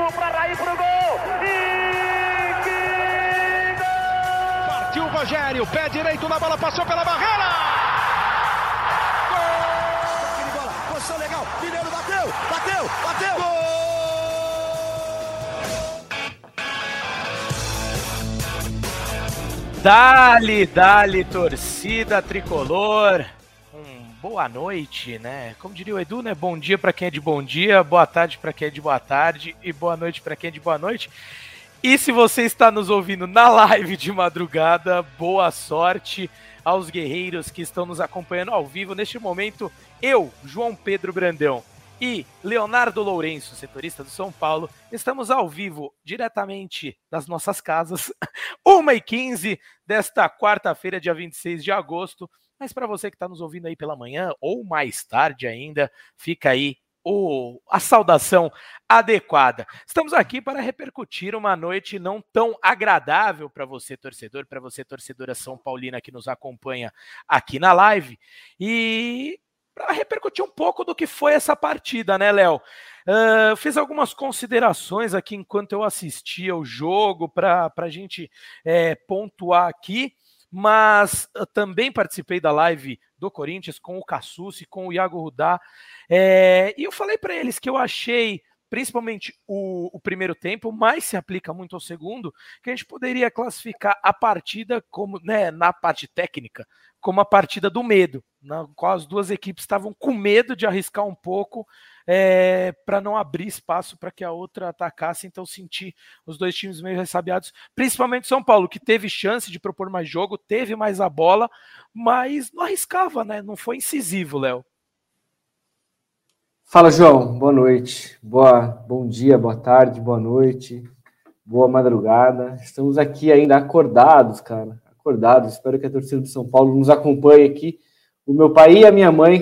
partiu para Raí pro gol. E que gol! Partiu o Rogério, pé direito na bola, passou pela barreira. Gol! Bola, posição legal. Mineiro bateu. Gol! Dale, torcida tricolor. Boa noite, né? Como diria o Edu, né? Bom dia para quem é de bom dia, boa tarde para quem é de boa tarde e boa noite para quem é de boa noite. E se você está nos ouvindo na live de madrugada, boa sorte aos guerreiros que estão nos acompanhando ao vivo. Neste momento, eu, João Pedro Brandão e Leonardo Lourenço, setorista do São Paulo, estamos ao vivo diretamente das nossas casas, 1h15 desta quarta-feira, dia 26 de agosto. Mas para você que está nos ouvindo aí pela manhã ou mais tarde ainda, fica aí a saudação adequada. Estamos aqui para repercutir uma noite não tão agradável para você, torcedor, para você, torcedora São Paulina que nos acompanha aqui na live. E para repercutir um pouco do que foi essa partida, né, Léo? Fiz algumas considerações aqui enquanto eu assistia o jogo para a gente pontuar aqui. Mas eu também participei da live do Corinthians com o Cassucci, com o Iago Rudá, e eu falei para eles que eu achei, principalmente o primeiro tempo, mas se aplica muito ao segundo, que a gente poderia classificar a partida como, né, na parte técnica, como a partida do medo, na qual as duas equipes estavam com medo de arriscar um pouco, para não abrir espaço para que a outra atacasse. Então senti os dois times meio ressabiados, principalmente São Paulo, que teve chance de propor mais jogo, teve mais a bola, mas não arriscava, né? Não foi incisivo, Léo. Fala, João, boa noite, bom dia, boa tarde, boa noite, boa madrugada. Estamos aqui ainda acordados, cara, acordados. Espero que a torcida do São Paulo nos acompanhe aqui. O meu pai e a minha mãe,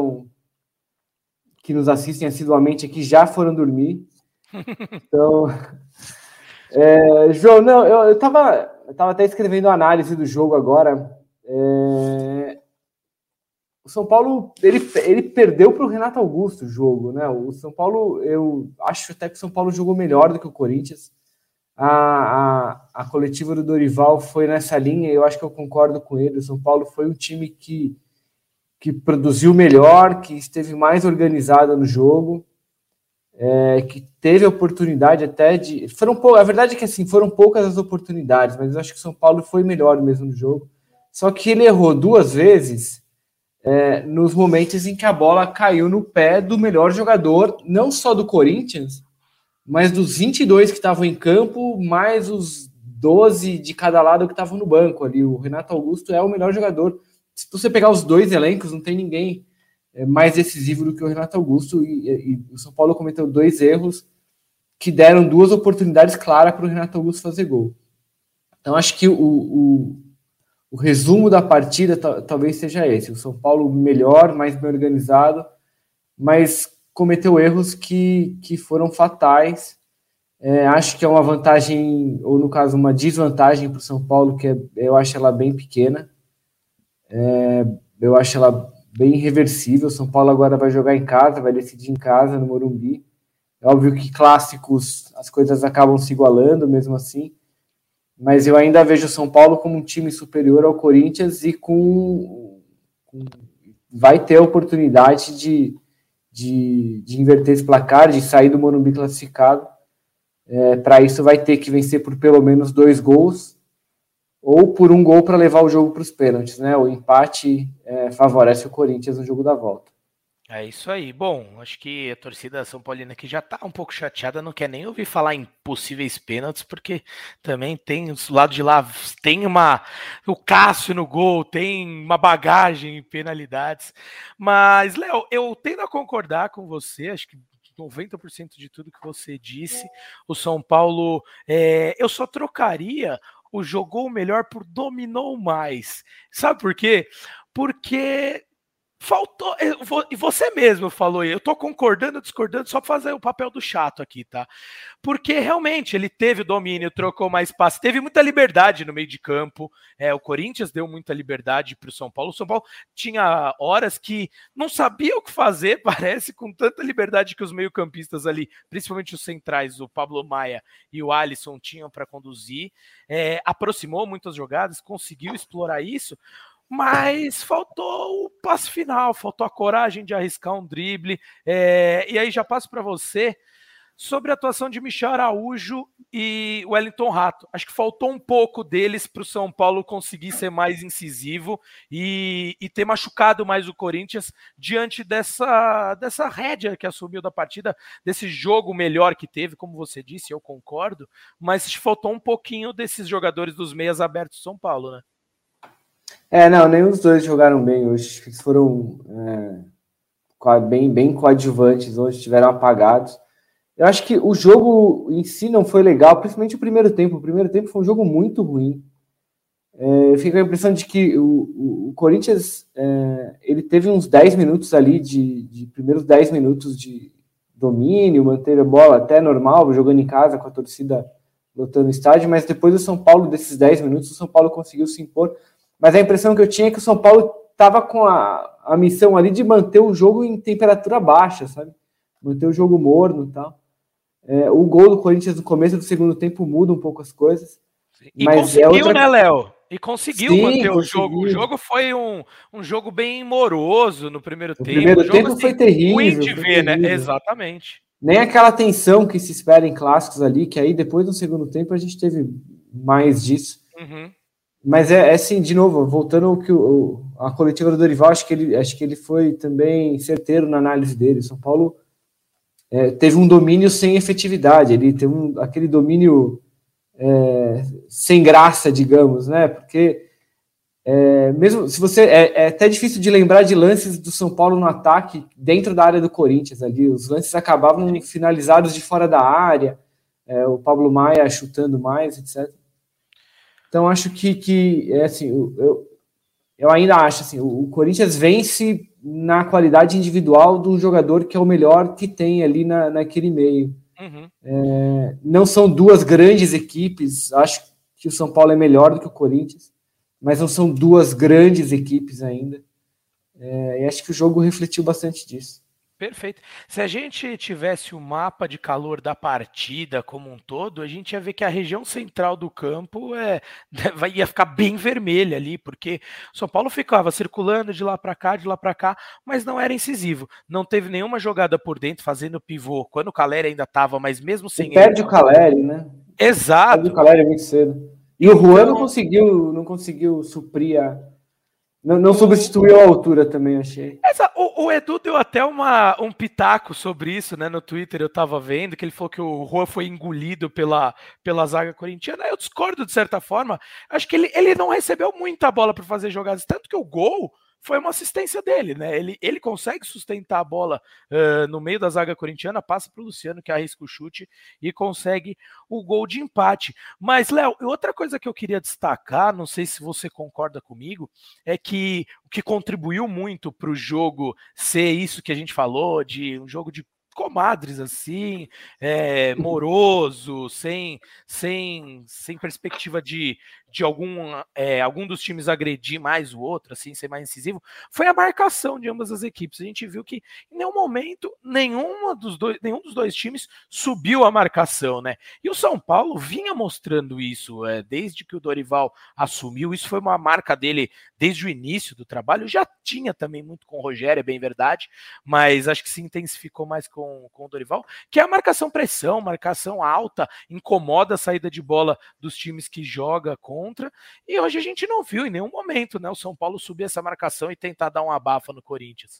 que nos assistem assiduamente aqui, já foram dormir. Então, João, não, eu tava até escrevendo a análise do jogo agora. O São Paulo, ele perdeu para o Renato Augusto o jogo, né? O São Paulo, eu acho até que o São Paulo jogou melhor do que o Corinthians. A coletiva do Dorival foi nessa linha, e eu acho que eu concordo com ele. O São Paulo foi um time que produziu melhor, que esteve mais organizado no jogo, que teve oportunidade até de... A verdade é que assim, foram poucas as oportunidades, mas eu acho que o São Paulo foi melhor mesmo no jogo. Só que ele errou duas vezes nos momentos em que a bola caiu no pé do melhor jogador, não só do Corinthians, mas dos 22 que estavam em campo, mais os 12 de cada lado que estavam no banco ali. O Renato Augusto é o melhor jogador. Se você pegar os dois elencos, não tem ninguém mais decisivo do que o Renato Augusto, e o São Paulo cometeu dois erros que deram duas oportunidades claras para o Renato Augusto fazer gol. Então, acho que o resumo da partida talvez seja esse: o São Paulo melhor, mais bem organizado, mas cometeu erros que foram fatais. Acho que é uma vantagem, ou no caso, uma desvantagem para o São Paulo, que eu acho ela bem pequena. Eu acho ela bem irreversível. São Paulo agora vai jogar em casa, vai decidir em casa, no Morumbi. É óbvio que clássicos, as coisas acabam se igualando mesmo assim, mas eu ainda vejo o São Paulo como um time superior ao Corinthians e vai ter a oportunidade de inverter esse placar, de sair do Morumbi classificado. Para isso vai ter que vencer por pelo menos 2 gols, ou por 1 gol para levar o jogo para os pênaltis, né? O empate favorece o Corinthians no jogo da volta. É isso aí. Bom, acho que a torcida São Paulina aqui já tá um pouco chateada, não quer nem ouvir falar em possíveis pênaltis, porque também tem os lados de lá, tem o Cássio no gol, tem uma bagagem em penalidades. Mas, Léo, eu tendo a concordar com você, acho que 90% de tudo que você disse. O São Paulo, eu só trocaria o jogou melhor por dominou mais. Sabe por quê? Porque Faltou, e você mesmo falou, eu tô concordando, discordando, só pra fazer o papel do chato aqui, tá? Porque realmente ele teve o domínio, trocou mais passe, teve muita liberdade no meio de campo, o Corinthians deu muita liberdade pro São Paulo, o São Paulo tinha horas que não sabia o que fazer, parece, com tanta liberdade que os meio-campistas ali, principalmente os centrais, o Pablo Maia e o Alisson tinham para conduzir, aproximou muitas jogadas, conseguiu explorar isso, mas faltou o passe final, faltou a coragem de arriscar um drible. E aí já passo para você sobre a atuação de Michel Araújo e Wellington Rato. Acho que faltou um pouco deles para o São Paulo conseguir ser mais incisivo e ter machucado mais o Corinthians diante dessa rédea que assumiu da partida, desse jogo melhor que teve, como você disse, eu concordo, mas faltou um pouquinho desses jogadores dos meias abertos do São Paulo, né? Não, nenhum dos dois jogaram bem hoje. Eles foram bem coadjuvantes hoje, estiveram apagados. Eu acho que o jogo em si não foi legal, principalmente o primeiro tempo. O primeiro tempo foi um jogo muito ruim. Eu fico com a impressão de que o Corinthians ele teve uns 10 minutos ali, de primeiros 10 minutos de domínio, manteve a bola até normal, jogando em casa com a torcida lotando o estádio, mas depois do São Paulo, desses 10 minutos, o São Paulo conseguiu se impor. Mas a impressão que eu tinha é que o São Paulo estava com a missão ali de manter o jogo em temperatura baixa, sabe? Manter o jogo morno e tal. O gol do Corinthians no começo do segundo tempo muda um pouco as coisas. E mas conseguiu, né, Léo? E conseguiu manter o jogo. O jogo foi um jogo bem moroso no primeiro tempo. O primeiro tempo foi terrível. Ruim de ver, né? Exatamente. Nem aquela tensão que se espera em clássicos ali, que aí depois do segundo tempo a gente teve mais disso. Uhum. Mas assim, de novo, voltando ao que a coletiva do Dorival, acho que ele foi também certeiro na análise dele. O São Paulo teve um domínio sem efetividade, ele teve aquele domínio sem graça, digamos, né? Porque mesmo se você é até difícil de lembrar de lances do São Paulo no ataque dentro da área do Corinthians ali. Os lances acabavam finalizados de fora da área, o Pablo Maia chutando mais, etc. Então, acho que assim, eu ainda acho assim, o Corinthians vence na qualidade individual do jogador que é o melhor que tem ali naquele meio. Uhum. Não são duas grandes equipes, acho que o São Paulo é melhor do que o Corinthians, mas não são duas grandes equipes ainda. E acho que o jogo refletiu bastante disso. Perfeito. Se a gente tivesse o mapa de calor da partida como um todo, a gente ia ver que a região central do campo ia ficar bem vermelha ali, porque o São Paulo ficava circulando de lá para cá, mas não era incisivo. Não teve nenhuma jogada por dentro, fazendo pivô, quando o Caleri ainda estava, mas mesmo sem ele... Perde o Caleri, né? Exato. Perde o Caleri muito cedo. E o Juan não conseguiu suprir Não substituiu a altura também, achei. O Edu deu até um pitaco sobre isso, né? No Twitter eu tava vendo, que ele falou que o Juan foi engolido pela zaga corintiana. Eu discordo de certa forma. Acho que ele não recebeu muita bola para fazer jogadas, tanto que o gol foi uma assistência dele, né? Ele consegue sustentar a bola no meio da zaga corintiana, passa para o Luciano, que arrisca o chute, e consegue o gol de empate. Mas, Léo, outra coisa que eu queria destacar, não sei se você concorda comigo, é que o que contribuiu muito para o jogo ser isso que a gente falou, de um jogo de comadres assim, moroso, sem perspectiva de algum dos times agredir mais o outro, assim, ser mais incisivo, foi a marcação de ambas as equipes. A gente viu que em nenhum momento nenhum dos dois times subiu a marcação, né? E o São Paulo vinha mostrando isso desde que o Dorival assumiu. Isso foi uma marca dele desde o início do trabalho. Já tinha também muito com o Rogério, é bem verdade, mas acho que se intensificou mais com o Dorival, que é a marcação-pressão, marcação alta, incomoda a saída de bola dos times que joga contra, e hoje a gente não viu em nenhum momento, né, o São Paulo subir essa marcação e tentar dar um abafa no Corinthians.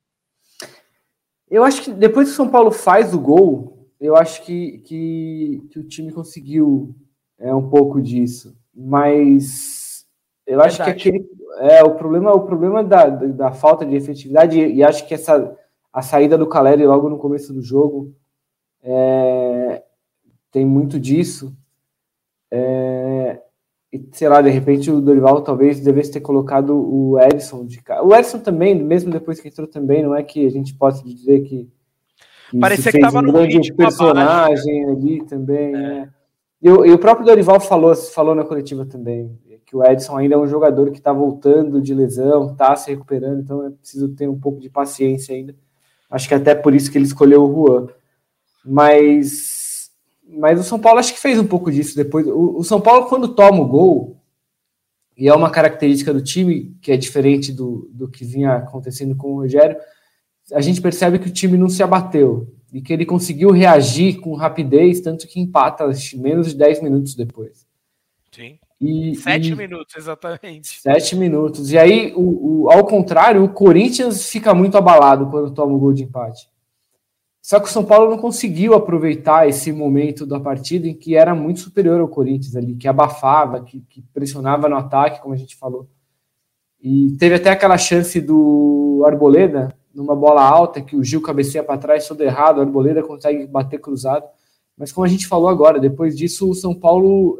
Eu acho que depois que o São Paulo faz o gol, eu acho que o time conseguiu um pouco disso, mas eu acho que o problema da falta de efetividade, e acho que a saída do Caleri logo no começo do jogo tem muito disso. sei lá, de repente o Dorival talvez devesse ter colocado o Edson de cara. O Edson também, mesmo depois que entrou também, não é que a gente possa dizer que parecia que estava num grande personagem ali também, né? E o próprio Dorival falou na coletiva também que o Edson ainda é um jogador que está voltando de lesão, está se recuperando, então é preciso ter um pouco de paciência ainda. Acho que até por isso que ele escolheu o Juan. Mas o São Paulo acho que fez um pouco disso depois. O São Paulo, quando toma o gol, e é uma característica do time que é diferente do que vinha acontecendo com o Rogério, a gente percebe que o time não se abateu e que ele conseguiu reagir com rapidez, tanto que empata menos de 10 minutos depois. Sim. 7 minutos, exatamente. 7 minutos. E aí, ao contrário, o Corinthians fica muito abalado quando toma o gol de empate. Só que o São Paulo não conseguiu aproveitar esse momento da partida em que era muito superior ao Corinthians ali, que abafava, que pressionava no ataque, como a gente falou. E teve até aquela chance do Arboleda, numa bola alta, que o Gil cabeceia para trás, todo errado, o Arboleda consegue bater cruzado. Mas como a gente falou agora, depois disso o São Paulo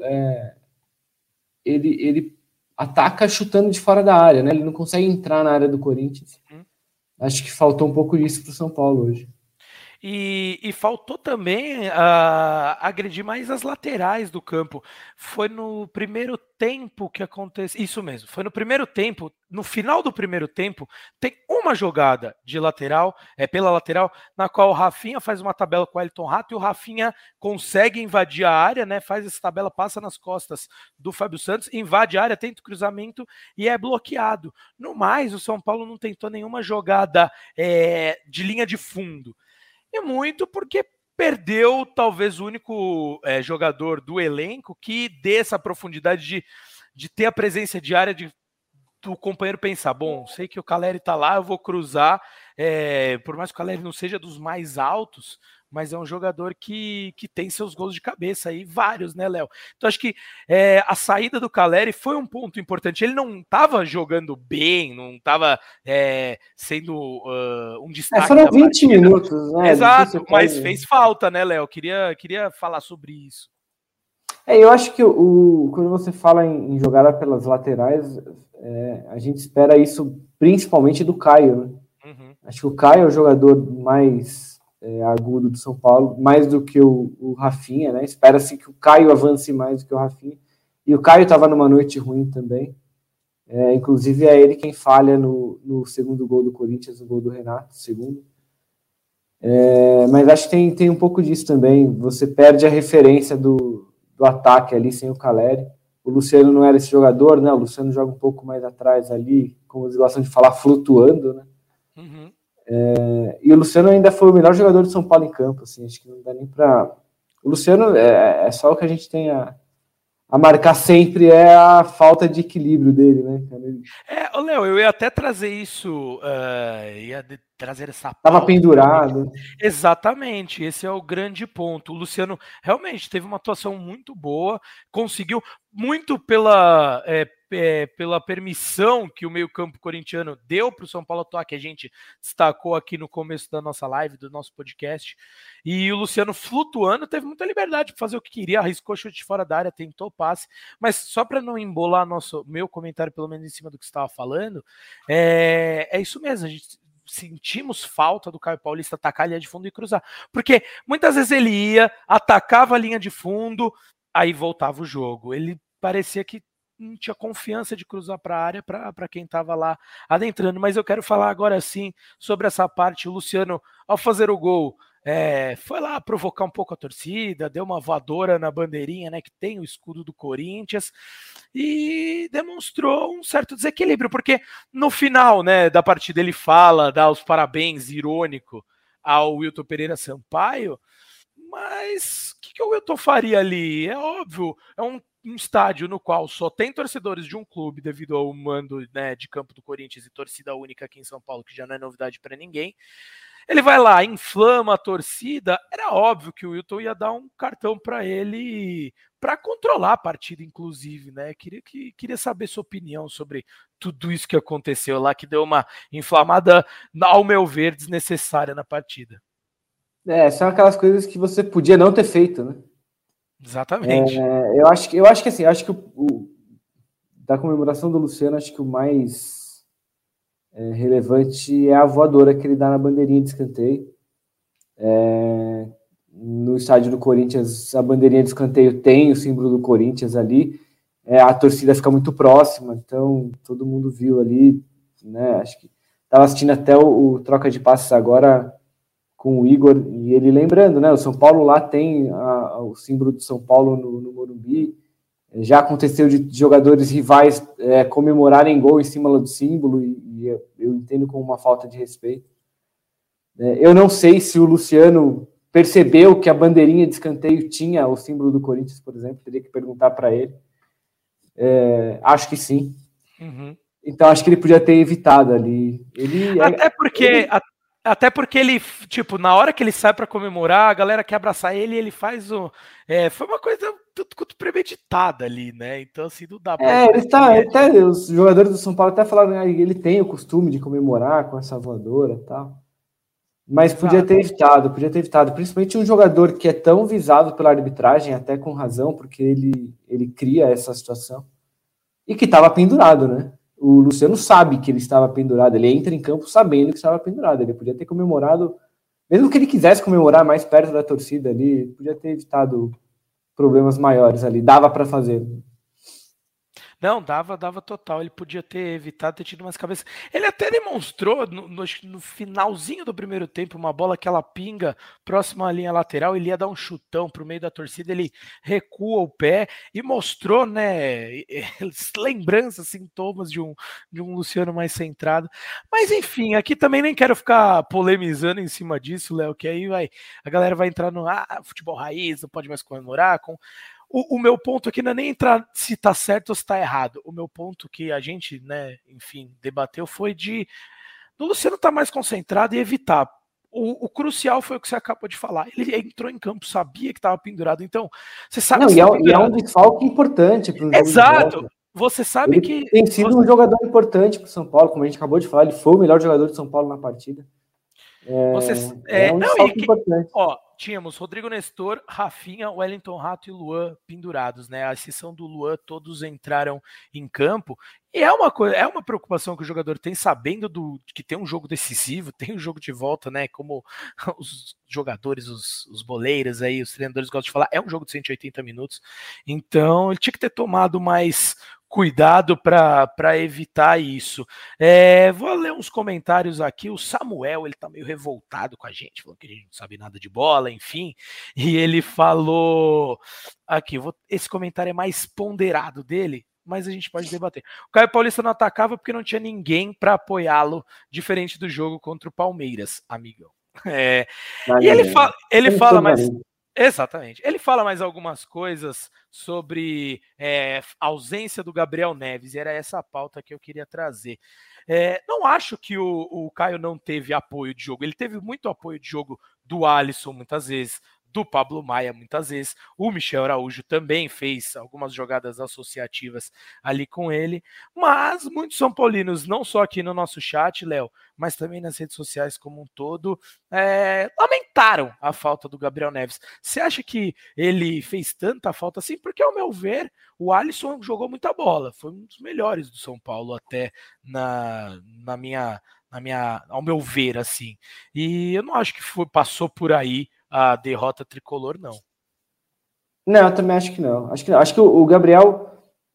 ele ataca chutando de fora da área, né? Ele não consegue entrar na área do Corinthians. Acho que faltou um pouco disso para o São Paulo hoje. E faltou também agredir mais as laterais do campo. Foi no primeiro tempo que aconteceu. Isso mesmo, foi no primeiro tempo. No final do primeiro tempo, tem uma jogada de lateral, pela lateral, na qual o Rafinha faz uma tabela com o Ayrton Rato e o Rafinha consegue invadir a área, né? Faz essa tabela, passa nas costas do Fábio Santos, invade a área, tenta o cruzamento e é bloqueado. No mais, o São Paulo não tentou nenhuma jogada de linha de fundo. E muito porque perdeu talvez o único jogador do elenco que dê essa profundidade de ter a presença diária do companheiro pensar, bom, sei que o Caleri tá lá, eu vou cruzar, por mais que o Caleri não seja dos mais altos, mas é um jogador que tem seus gols de cabeça aí, vários, né, Léo? Então acho que a saída do Caleri foi um ponto importante. Ele não estava jogando bem, não estava sendo um destaque. Foram 20 minutos, né? Exato, mas fez falta, né, Léo? Queria falar sobre isso. Eu acho que quando você fala em jogada pelas laterais, a gente espera isso principalmente do Caio, né? Uhum. Acho que o Caio é o jogador mais agudo do São Paulo, mais do que o Rafinha, né? Espera-se que o Caio avance mais do que o Rafinha. E o Caio estava numa noite ruim também. Inclusive é ele quem falha no segundo gol do Corinthians, o gol do Renato, segundo. Mas acho que tem um pouco disso também. Você perde a referência do ataque ali sem o Caleri. O Luciano não era esse jogador, né? O Luciano joga um pouco mais atrás ali, como eles gostam de falar, flutuando, né? Uhum. E o Luciano ainda foi o melhor jogador de São Paulo em campo, assim, acho que não dá nem pra... O Luciano é só o que a gente tem a marcar sempre, é a falta de equilíbrio dele, né? Léo, eu ia até trazer isso, trazer essa pauta. Tava pendurado. Exatamente, esse é o grande ponto. O Luciano realmente teve uma atuação muito boa, conseguiu muito pela permissão que o meio-campo corintiano deu para o São Paulo atuar, que a gente destacou aqui no começo da nossa live, do nosso podcast. E o Luciano flutuando, teve muita liberdade para fazer o que queria, arriscou chute fora da área, tentou passe, mas só para não embolar meu comentário, pelo menos em cima do que você estava falando, é isso mesmo, a gente sentimos falta do Caio Paulista atacar a linha de fundo e cruzar, porque muitas vezes ele ia, atacava a linha de fundo, aí voltava o jogo, ele parecia que não tinha confiança de cruzar para a área para quem estava lá adentrando, mas eu quero falar agora sim sobre essa parte. O Luciano, ao fazer o gol, foi lá provocar um pouco a torcida, deu uma voadora na bandeirinha, né, que tem o escudo do Corinthians, e demonstrou um certo desequilíbrio, porque no final, né, da partida ele dá os parabéns, irônico, ao Wilton Pereira Sampaio, mas o que o Wilton faria ali? É óbvio, é um estádio no qual só tem torcedores de um clube devido ao mando, né, de campo do Corinthians e torcida única aqui em São Paulo, que já não é novidade para ninguém. Ele vai lá, inflama a torcida. Era óbvio que o Wilton ia dar um cartão para ele para controlar a partida, inclusive, né? Queria saber sua opinião sobre tudo isso que aconteceu lá, que deu uma inflamada, ao meu ver, desnecessária na partida. São aquelas coisas que você podia não ter feito, né? Exatamente. Eu acho que assim, da comemoração do Luciano, acho que o mais relevante é a voadora que ele dá na bandeirinha de escanteio. No estádio do Corinthians, a bandeirinha de escanteio tem o símbolo do Corinthians ali, a torcida fica muito próxima, então todo mundo viu ali, né? Acho que estava assistindo até o troca de passes agora com o Igor, e ele lembrando, né? O São Paulo lá tem o símbolo do São Paulo no Morumbi. Já aconteceu de jogadores rivais comemorarem gol em cima do símbolo, e eu entendo como uma falta de respeito. Eu não sei se o Luciano percebeu que a bandeirinha de escanteio tinha o símbolo do Corinthians, por exemplo, teria que perguntar para ele. Acho que sim. Uhum. Então acho que ele podia ter evitado ali. Até porque ele, tipo, na hora que ele sai para comemorar, a galera quer abraçar ele e ele faz o... foi uma coisa tudo premeditada ali, né? Então, assim, não dá pra... até os jogadores do São Paulo até falaram que ele tem o costume de comemorar com essa voadora e tal. Mas podia ter evitado. Principalmente um jogador que é tão visado pela arbitragem, até com razão, porque ele cria essa situação. E que estava pendurado, né? O Luciano sabe que ele estava pendurado, ele entra em campo sabendo que estava pendurado, ele podia ter comemorado, mesmo que ele quisesse comemorar mais perto da torcida ali, podia ter evitado problemas maiores ali, dava para fazer. Não, dava total. Ele podia ter evitado, ter tido umas cabeças. Ele até demonstrou no finalzinho do primeiro tempo, uma bola que ela pinga próxima à linha lateral, ele ia dar um chutão pro meio da torcida, ele recua o pé e mostrou, né, lembranças, sintomas de um Luciano mais centrado. Mas enfim, aqui também nem quero ficar polemizando em cima disso, Léo, que aí a galera vai entrar no futebol raiz, não pode mais comemorar com... O meu ponto aqui não é nem entrar se tá certo ou se tá errado. O meu ponto que a gente, né, enfim, debateu foi do Luciano estar mais concentrado e evitar. O crucial foi o que você acabou de falar. Ele entrou em campo, sabia que estava pendurado. Então, você sabe... Não, e é um desfalque importante para o jogo. Exato. Você sabe ele tem sido um jogador importante para o São Paulo, como a gente acabou de falar. Ele foi o melhor jogador de São Paulo na partida. Um desfalque importante. Ó, tínhamos Rodrigo Nestor, Rafinha, Wellington Rato e Luan pendurados, né? A exceção do Luan, todos entraram em campo. E é uma preocupação que o jogador tem, sabendo que tem um jogo decisivo, tem um jogo de volta, né? Como os jogadores, os boleiros aí, os treinadores gostam de falar, é um jogo de 180 minutos. Então, ele tinha que ter tomado mais cuidado para evitar isso. Vou ler uns comentários aqui. O Samuel, ele tá meio revoltado com a gente, falou que a gente não sabe nada de bola, enfim. E ele falou aqui, esse comentário é mais ponderado dele, mas a gente pode debater. O Caio Paulista não atacava porque não tinha ninguém para apoiá-lo, diferente do jogo contra o Palmeiras, amigão. E ele fala mais... Exatamente. Ele fala mais algumas coisas sobre ausência do Gabriel Neves, e era essa a pauta que eu queria trazer. Não acho que o Caio não teve apoio de jogo. Ele teve muito apoio de jogo do Alisson, muitas vezes, do Pablo Maia, muitas vezes. O Michel Araújo também fez algumas jogadas associativas ali com ele. Mas muitos São Paulinos, não só aqui no nosso chat, Léo, mas também nas redes sociais como um todo, lamentaram a falta do Gabriel Neves. Você acha que ele fez tanta falta assim? Porque, ao meu ver, o Alisson jogou muita bola. Foi um dos melhores do São Paulo, até ao meu ver, assim. E eu não acho que passou por aí a derrota tricolor, não. Não, eu também acho que não. Acho que o Gabriel,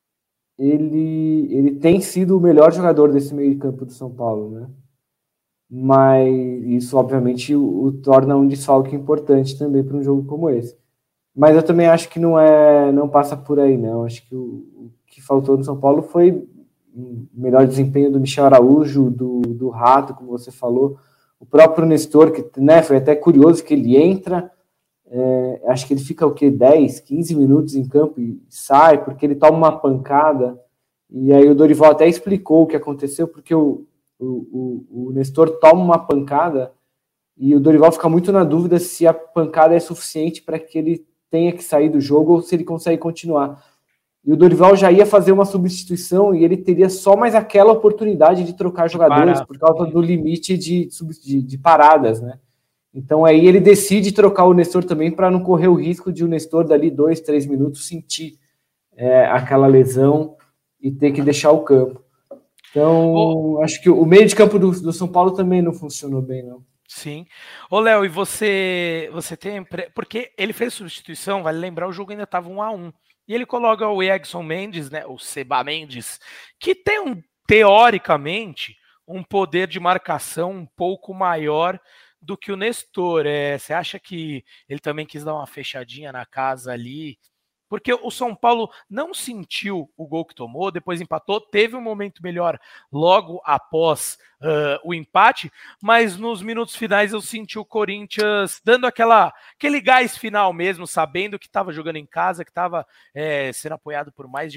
ele tem sido o melhor jogador desse meio de campo do São Paulo, né? Mas isso, obviamente, o torna um desfalque importante também para um jogo como esse. Mas eu também acho que não passa por aí, não. Acho que o que faltou no São Paulo foi o melhor desempenho do Michel Araújo, do Rato, como você falou, o próprio Nestor, que, né, foi até curioso que ele entra, acho que ele fica 10, 15 minutos em campo e sai, porque ele toma uma pancada, e aí o Dorival até explicou o que aconteceu, porque o Nestor toma uma pancada e o Dorival fica muito na dúvida se a pancada é suficiente para que ele tenha que sair do jogo ou se ele consegue continuar. E o Dorival já ia fazer uma substituição e ele teria só mais aquela oportunidade de trocar jogadores por causa do limite de paradas, né? Então aí ele decide trocar o Nestor também para não correr o risco de o Nestor dali 2, 3 minutos sentir aquela lesão e ter que deixar o campo. Então, acho que o meio de campo do São Paulo também não funcionou bem, não. Sim. Ô, Léo, e você tem... Porque ele fez substituição, vale lembrar, o jogo ainda estava 1-1. E ele coloca o Egson Mendes, né, o Seba Mendes, que tem, teoricamente, um poder de marcação um pouco maior do que o Nestor. Você acha que ele também quis dar uma fechadinha na casa ali? Porque o São Paulo não sentiu o gol que tomou, depois empatou, teve um momento melhor logo após o empate, mas nos minutos finais eu senti o Corinthians dando aquele gás final mesmo, sabendo que estava jogando em casa, que estava sendo apoiado por mais de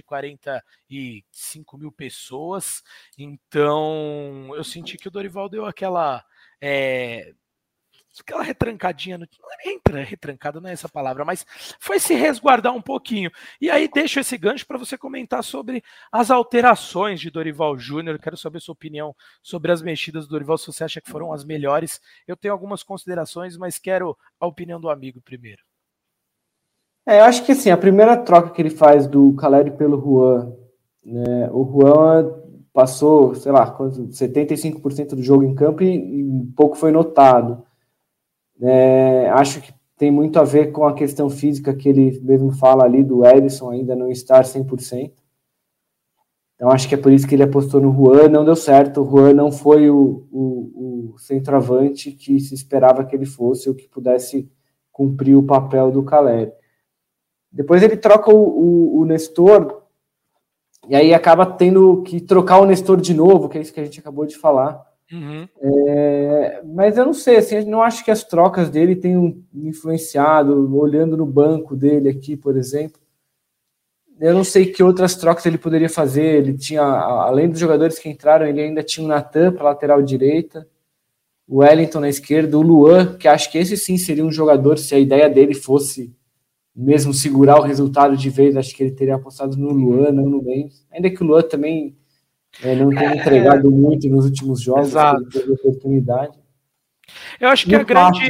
45 mil pessoas. Então eu senti que o Dorival deu aquela retrancadinha, não é retrancada, não é essa palavra, mas foi se resguardar um pouquinho. E aí deixo esse gancho para você comentar sobre as alterações de Dorival Júnior. Quero saber sua opinião sobre as mexidas do Dorival, se você acha que foram as melhores. Eu tenho algumas considerações, mas quero a opinião do amigo primeiro. Eu acho que assim, a primeira troca que ele faz do Caleri pelo Juan, né, o Juan passou, sei lá, 75% do jogo em campo e pouco foi notado. Acho que tem muito a ver com a questão física que ele mesmo fala ali do Edson ainda não estar 100%. Então acho que é por isso que ele apostou no Juan, não deu certo. O Juan não foi o centroavante que se esperava que ele fosse, ou que pudesse cumprir o papel do Caleri. Depois ele troca o Nestor, e aí acaba tendo que trocar o Nestor de novo, que é isso que a gente acabou de falar. Uhum. Mas eu não sei, assim, eu não acho que as trocas dele tenham influenciado, olhando no banco dele aqui, por exemplo. Eu não sei que outras trocas ele poderia fazer. Ele tinha, além dos jogadores que entraram, ele ainda tinha o Natan para lateral direita, o Wellington na esquerda, o Luan, que acho que esse sim seria um jogador, se a ideia dele fosse mesmo segurar o resultado de vez, acho que ele teria apostado no Luan, não no Mendes. Ainda que o Luan também não tenha entregado muito nos últimos jogos, que ele teve oportunidade. Eu acho que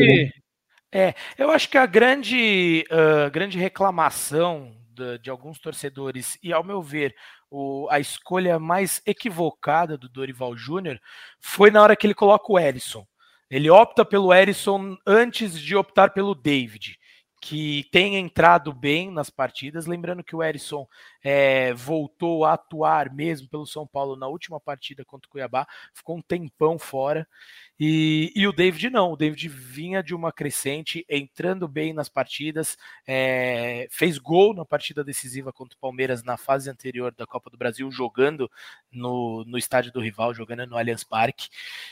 eu acho que a grande reclamação de alguns torcedores, e ao meu ver, a escolha mais equivocada do Dorival Júnior foi na hora que ele coloca o Erisson. Ele opta pelo Erisson antes de optar pelo David, que tem entrado bem nas partidas. Lembrando que o Erisson voltou a atuar mesmo pelo São Paulo na última partida contra o Cuiabá, ficou um tempão fora. E o David não, o David vinha de uma crescente, entrando bem nas partidas, fez gol na partida decisiva contra o Palmeiras na fase anterior da Copa do Brasil, jogando no estádio do rival, jogando no Allianz Parque.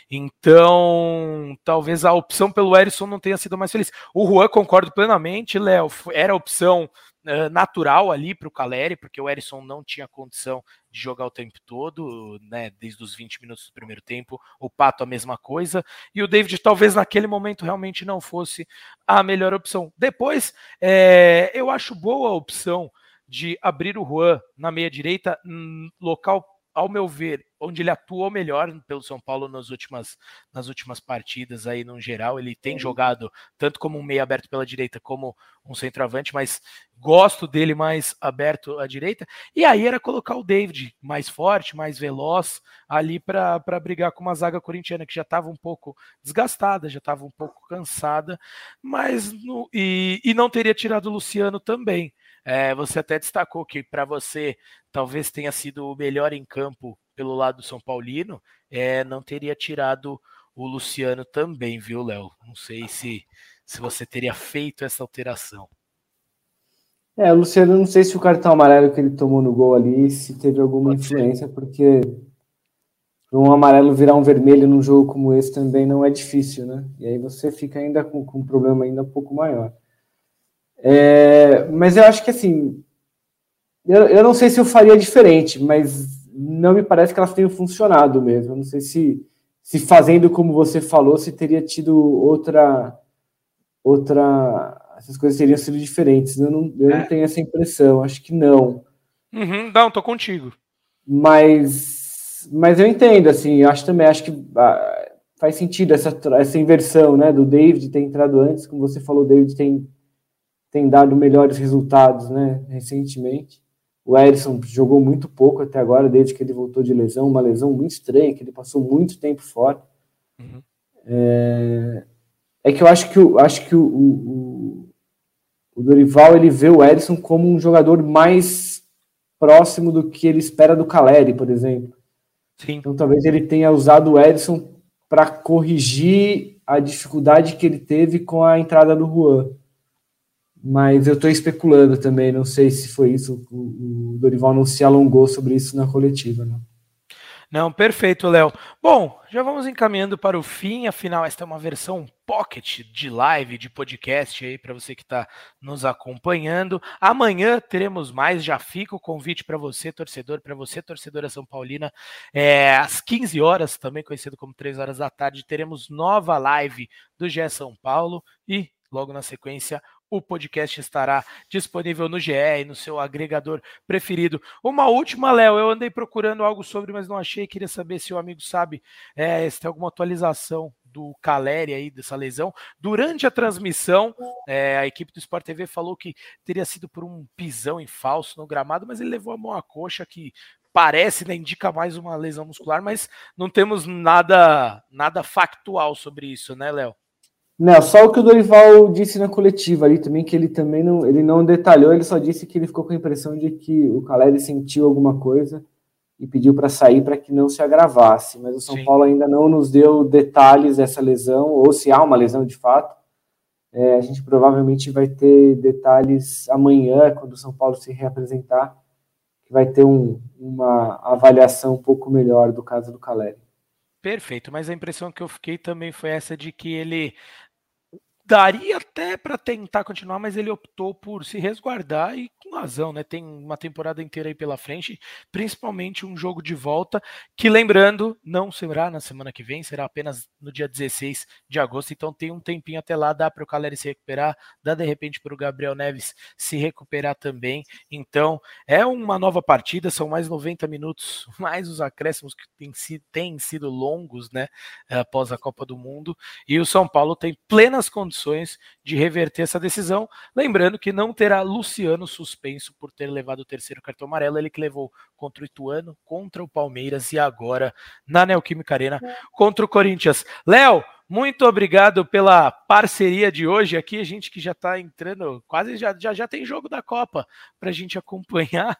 Então, talvez a opção pelo Erisson não tenha sido mais feliz. O Juan, concordo plenamente, Léo, era a opção natural ali para o Caleri, porque o Erisson não tinha condição de jogar o tempo todo, né, desde os 20 minutos do primeiro tempo. O Pato a mesma coisa, e o David talvez naquele momento realmente não fosse a melhor opção. Depois, eu acho boa a opção de abrir o Juan na meia direita, local, ao meu ver, onde ele atuou melhor pelo São Paulo nas últimas partidas aí no geral. Ele tem jogado tanto como um meia aberto pela direita como um centroavante, mas gosto dele mais aberto à direita. E aí era colocar o David mais forte, mais veloz ali para brigar com uma zaga corintiana que já estava um pouco desgastada, já estava um pouco cansada, mas e não teria tirado o Luciano também. Você até destacou que para você talvez tenha sido o melhor em campo pelo lado do São Paulino, não teria tirado o Luciano também, viu, Léo? Não sei se você teria feito essa alteração. O Luciano, não sei se o cartão amarelo que ele tomou no gol ali, se teve alguma influência, porque um amarelo virar um vermelho num jogo como esse também não é difícil, né? E aí você fica ainda com um problema ainda um pouco maior. Mas eu acho que assim, eu não sei se eu faria diferente, mas não me parece que elas tenham funcionado mesmo. Eu não sei se fazendo como você falou, se teria tido outra essas coisas teriam sido diferentes. Eu não tenho essa impressão, acho que não. Não, tô contigo. Mas eu entendo, assim, acho que faz sentido essa inversão, né, do David ter entrado antes. Como você falou, o David tem dado melhores resultados, né, recentemente. O Erisson jogou muito pouco até agora, desde que ele voltou de lesão, uma lesão muito estranha, que ele passou muito tempo fora. Uhum. É que eu acho que o Dorival, ele vê o Erisson como um jogador mais próximo do que ele espera do Caleri, por exemplo. Sim. Então talvez ele tenha usado o Erisson para corrigir a dificuldade que ele teve com a entrada do Juan. Mas eu estou especulando também, não sei se foi isso, o Dorival não se alongou sobre isso na coletiva, né? Não, perfeito, Léo. Bom, já vamos encaminhando para o fim, afinal esta é uma versão pocket de live, de podcast aí para você que está nos acompanhando. Amanhã teremos mais, já fica o convite para você, torcedor, para você, torcedora São Paulina, às 15 horas, também conhecido como 3 horas da tarde, teremos nova live do GE São Paulo e logo na sequência o podcast estará disponível no GE e no seu agregador preferido. Uma última, Léo, eu andei procurando algo sobre, mas não achei. Queria saber se o amigo sabe se tem alguma atualização do Caleri aí, dessa lesão. Durante a transmissão, a equipe do Sport TV falou que teria sido por um pisão em falso no gramado, mas ele levou a mão à coxa, que parece, né, indica mais uma lesão muscular, mas não temos nada factual sobre isso, né, Léo? Não, só o que o Dorival disse na coletiva ali também, que ele também não detalhou, ele só disse que ele ficou com a impressão de que o Caleri sentiu alguma coisa e pediu para sair para que não se agravasse, mas o São Paulo ainda não nos deu detalhes dessa lesão, ou se há uma lesão de fato. A gente provavelmente vai ter detalhes amanhã, quando o São Paulo se reapresentar, que vai ter uma avaliação um pouco melhor do caso do Caleri. Perfeito, mas a impressão que eu fiquei também foi essa de que ele daria até para tentar continuar, mas ele optou por se resguardar e com razão, né? Tem uma temporada inteira aí pela frente, principalmente um jogo de volta, que lembrando, não será na semana que vem, será apenas no dia 16 de agosto, então tem um tempinho até lá, dá para o Caleri se recuperar, dá de repente para o Gabriel Neves se recuperar também, então é uma nova partida, são mais 90 minutos, mais os acréscimos que têm sido longos, né, após a Copa do Mundo, e o São Paulo tem plenas condições de reverter essa decisão, lembrando que não terá Luciano suspenso por ter levado o terceiro cartão amarelo, ele que levou contra o Ituano, contra o Palmeiras e agora na Neoquímica Arena contra o Corinthians. Léo, muito obrigado pela parceria de hoje aqui, a gente que já está entrando, quase já tem jogo da Copa para a gente acompanhar.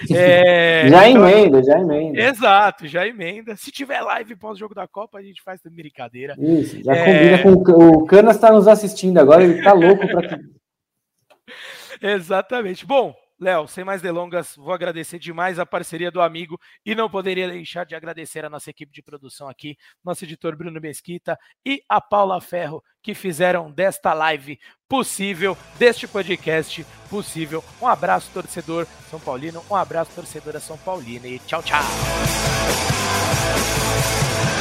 Já emenda. Exato, já emenda. Se tiver live pós-jogo da Copa, a gente faz também brincadeira. Isso, já combina com o Canas está nos assistindo agora, ele está louco para... Exatamente. Bom, Léo, sem mais delongas, vou agradecer demais a parceria do amigo e não poderia deixar de agradecer a nossa equipe de produção aqui, nosso editor Bruno Mesquita e a Paula Ferro, que fizeram desta live possível, deste podcast possível. Um abraço, torcedor São Paulino, um abraço, torcedora São Paulina e tchau, tchau!